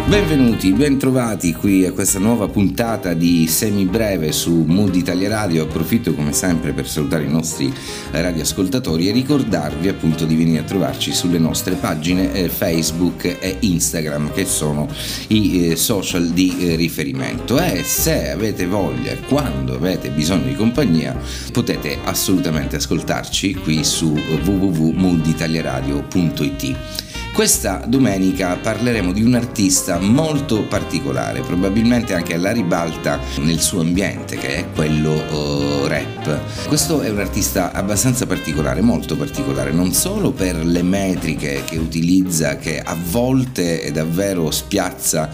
Benvenuti, bentrovati qui a questa nuova puntata di Semibreve su Mood Italia Radio. Approfitto come sempre per salutare i nostri radioascoltatori e ricordarvi appunto di venire a trovarci sulle nostre pagine Facebook e Instagram, che sono i social di riferimento, e se avete voglia, quando avete bisogno di compagnia, potete assolutamente ascoltarci qui su www.mooditaliaradio.it. Questa domenica parleremo di un artista molto particolare, probabilmente anche alla ribalta nel suo ambiente, che è quello rap. Questo è un artista abbastanza particolare, molto particolare, non solo per le metriche che utilizza, che a volte davvero spiazza,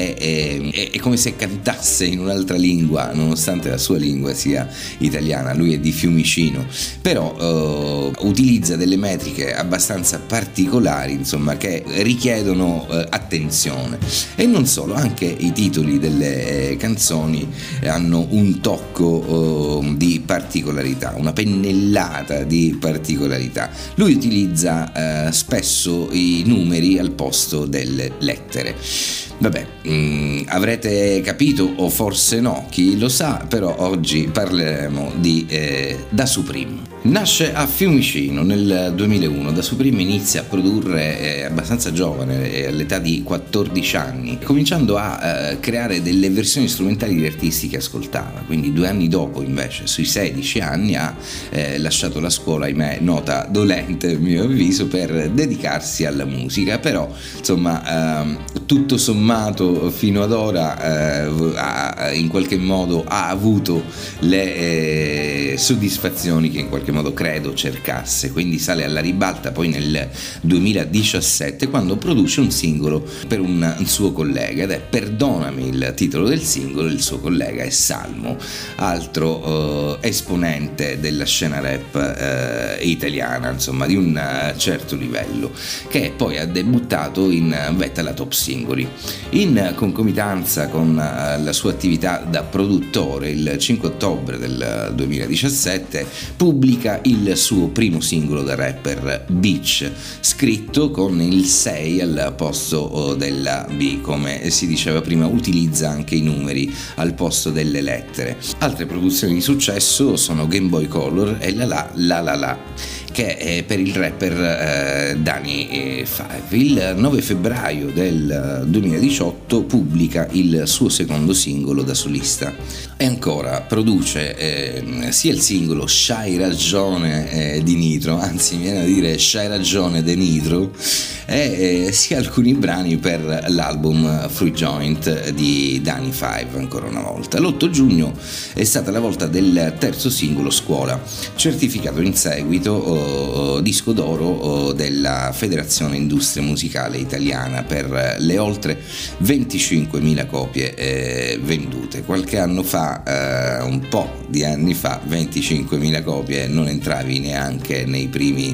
è come se cantasse in un'altra lingua, nonostante la sua lingua sia italiana. Lui è di Fiumicino, però utilizza delle metriche abbastanza particolari, insomma, che richiedono attenzione. E non solo, anche i titoli delle canzoni hanno un tocco di particolarità, una pennellata di particolarità. Lui utilizza spesso i numeri al posto delle lettere. Vabbè, avrete capito o forse no, chi lo sa, però oggi parleremo di Da Supreme. Nasce a Fiumicino nel 2001, Da Supreme inizia a produrre abbastanza giovane, all'età di 14 anni, cominciando a creare delle versioni strumentali di artisti che ascoltava. Quindi 2 anni dopo, invece, sui 16 anni, ha lasciato la scuola, ahimè, nota dolente a mio avviso, per dedicarsi alla musica. Però, insomma, tutto sommato fino ad ora in qualche modo ha avuto le soddisfazioni che in qualche modo credo cercasse. Quindi sale alla ribalta poi nel 2017, quando produce un singolo per un suo collega, ed è Perdonami il titolo del singolo. Il suo collega è Salmo, altro esponente della scena rap italiana, insomma, di un certo livello, che poi ha debuttato in vetta alla Top Singoli. In concomitanza con la sua attività da produttore, il 5 ottobre del 2017 pubblica il suo primo singolo da rapper, Bitch, scritto con il 6 al posto della B. Come si diceva prima, utilizza anche i numeri al posto delle lettere. Altre produzioni di successo sono Game Boy Color e La La La, che è per il rapper Dani 5. Il 9 febbraio del 2018 pubblica il suo secondo singolo da solista, e ancora produce sia il singolo C'hai ragione di Nitro, anzi mi viene a dire C'hai ragione de Nitro, e sia alcuni brani per l'album Free Joint di Dani 5. Ancora una volta, l'8 giugno è stata la volta del terzo singolo, Scuola, certificato in seguito disco d'oro della Federazione Industria Musicale Italiana per le oltre 25.000 copie vendute. Qualche anno fa, un po' di anni fa, 25.000 copie, non entravi neanche nei primi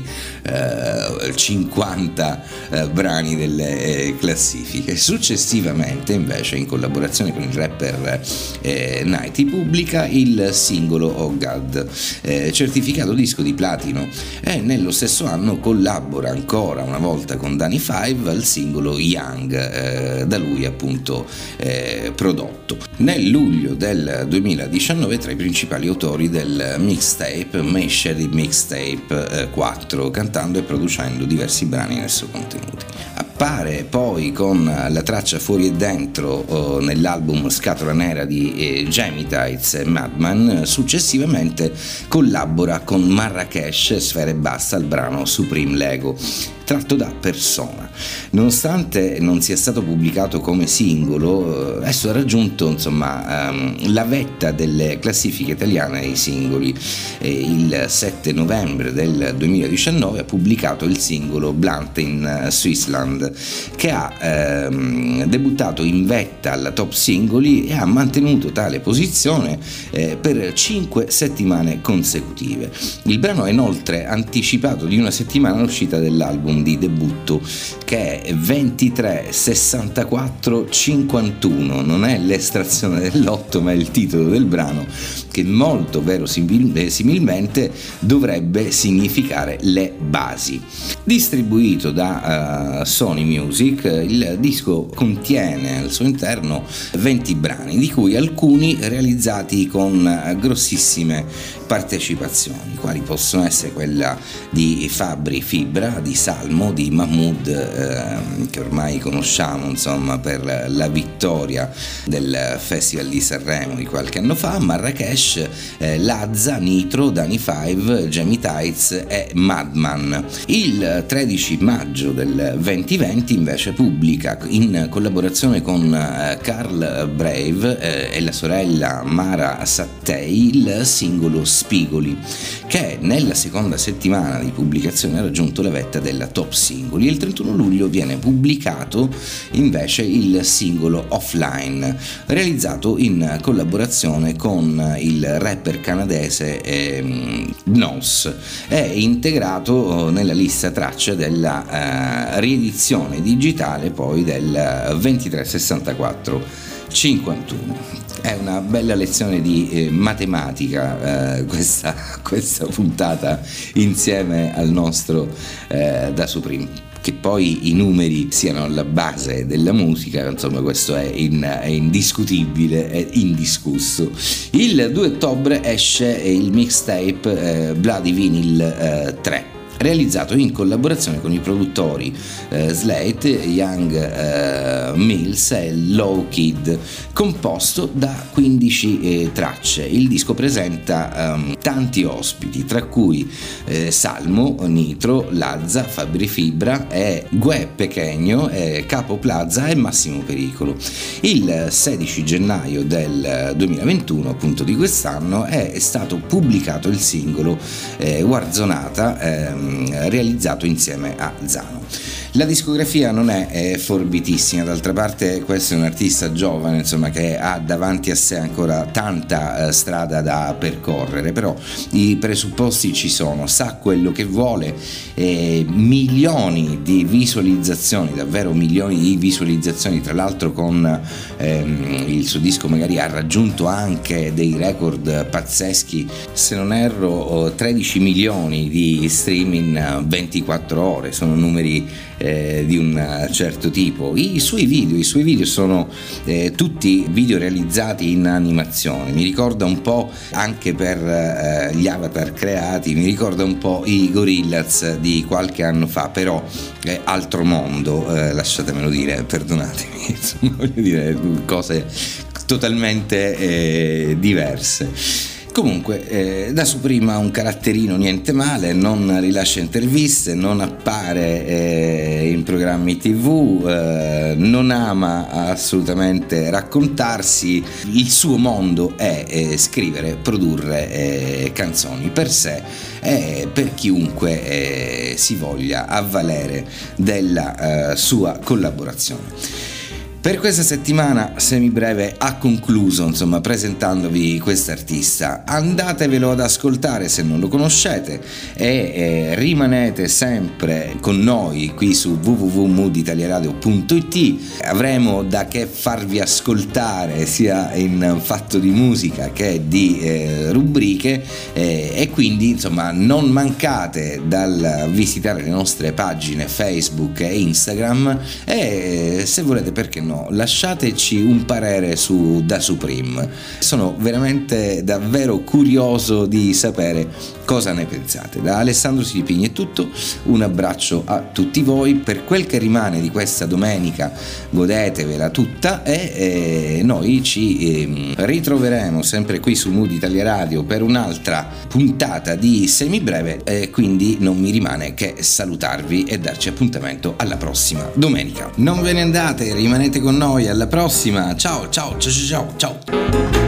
50 brani delle classifiche. Successivamente, invece, in collaborazione con il rapper Nighty, pubblica il singolo Oh God, certificato disco di platino, e nello stesso anno collabora ancora una volta con Dani 5 al singolo Young, da lui appunto prodotto. Nel luglio del 2019 tra i principali autori del mixtape May Shady Mixtape 4, cantando e producendo diversi brani nel suo contenuti. Appare poi con la traccia Fuori e Dentro nell'album Scatola Nera di Jamie Tights e Madman. Successivamente collabora con Marrakesh, Sfera Ebbasta, al brano Supreme Lego, tratto da Persona. Nonostante non sia stato pubblicato come singolo, esso ha raggiunto, insomma, la vetta delle classifiche italiane dei singoli. Il 7 novembre del 2019 ha pubblicato il singolo Blunt in Switzerland, che ha debuttato in vetta alla Top Singoli e ha mantenuto tale posizione per 5 settimane consecutive. Il brano ha inoltre anticipato di una settimana l'uscita dell'album di debutto, che è 23 64 51. Non è l'estrazione dell'8, ma è il titolo del brano, che molto verosimilmente dovrebbe significare le basi. Distribuito da Sony Sony Music. Il disco contiene al suo interno 20 brani, di cui alcuni realizzati con grossissime partecipazioni, quali possono essere quella di Fabri Fibra, di Salmo, di Mahmood, che ormai conosciamo insomma per la vittoria del Festival di Sanremo di qualche anno fa, Marrakesh, Lazza, Nitro, Danny Five, Jamie Tights e Madman. Il 13 maggio del 2020 invece pubblica, in collaborazione con Carl Brave e la sorella Mara Sattei, il singolo Spigoli, che nella seconda settimana di pubblicazione ha raggiunto la vetta della top singoli. Il 31 luglio viene pubblicato invece il singolo Offline, realizzato in collaborazione con il rapper canadese Gnos, e integrato nella lista tracce della riedizione digitale poi del 236451. È una bella lezione di matematica questa puntata insieme al nostro Da Supreme. Che poi i numeri siano alla base della musica, insomma questo è indiscutibile, è indiscusso. Il 2 ottobre esce il mixtape Bloody Vinyl 3, realizzato in collaborazione con i produttori Slate, Young Mills e Low Kid, composto da 15 tracce. Il disco presenta tanti ospiti, tra cui Salmo, Nitro, Lazza, Fabri Fibra e Gue Pequeño, Capo Plaza e Massimo Pericolo. Il 16 gennaio del 2021, appunto di quest'anno, è stato pubblicato il singolo Warzonata, realizzato insieme a Zano. La discografia non è forbitissima, d'altra parte questo è un artista giovane, insomma, che ha davanti a sé ancora tanta strada da percorrere, però i presupposti ci sono, sa quello che vuole, milioni di visualizzazioni, davvero milioni di visualizzazioni, tra l'altro con il suo disco magari ha raggiunto anche dei record pazzeschi, se non erro 13 milioni di stream in 24 ore, sono numeri di un certo tipo. I suoi video sono tutti video realizzati in animazione, mi ricorda un po', anche per gli avatar creati, mi ricorda un po' i Gorillaz di qualche anno fa, però è altro mondo, lasciatemelo dire, perdonatemi, voglio dire cose totalmente diverse. Comunque, Da Supreme ha un caratterino niente male, non rilascia interviste, non appare in programmi TV, non ama assolutamente raccontarsi, il suo mondo è scrivere, produrre canzoni per sé e per chiunque si voglia avvalere della sua collaborazione. Per questa settimana Semibreve ha concluso, insomma, presentandovi quest'artista. Andatevelo ad ascoltare se non lo conoscete e rimanete sempre con noi qui su www.mooditaliaradio.it. Avremo da che farvi ascoltare sia in fatto di musica che di rubriche e quindi, insomma, non mancate dal visitare le nostre pagine Facebook e Instagram e se volete, perché no, lasciateci un parere su Da Supreme. Sono veramente davvero curioso di sapere cosa ne pensate. Da Alessandro Silipigni è tutto, un abbraccio a tutti voi, per quel che rimane di questa domenica godetevela tutta e noi ci ritroveremo sempre qui su Mood Italia Radio per un'altra puntata di Semibreve e quindi non mi rimane che salutarvi e darci appuntamento alla prossima domenica. Non ve ne andate, rimanete con noi, alla prossima, ciao ciao ciao ciao ciao.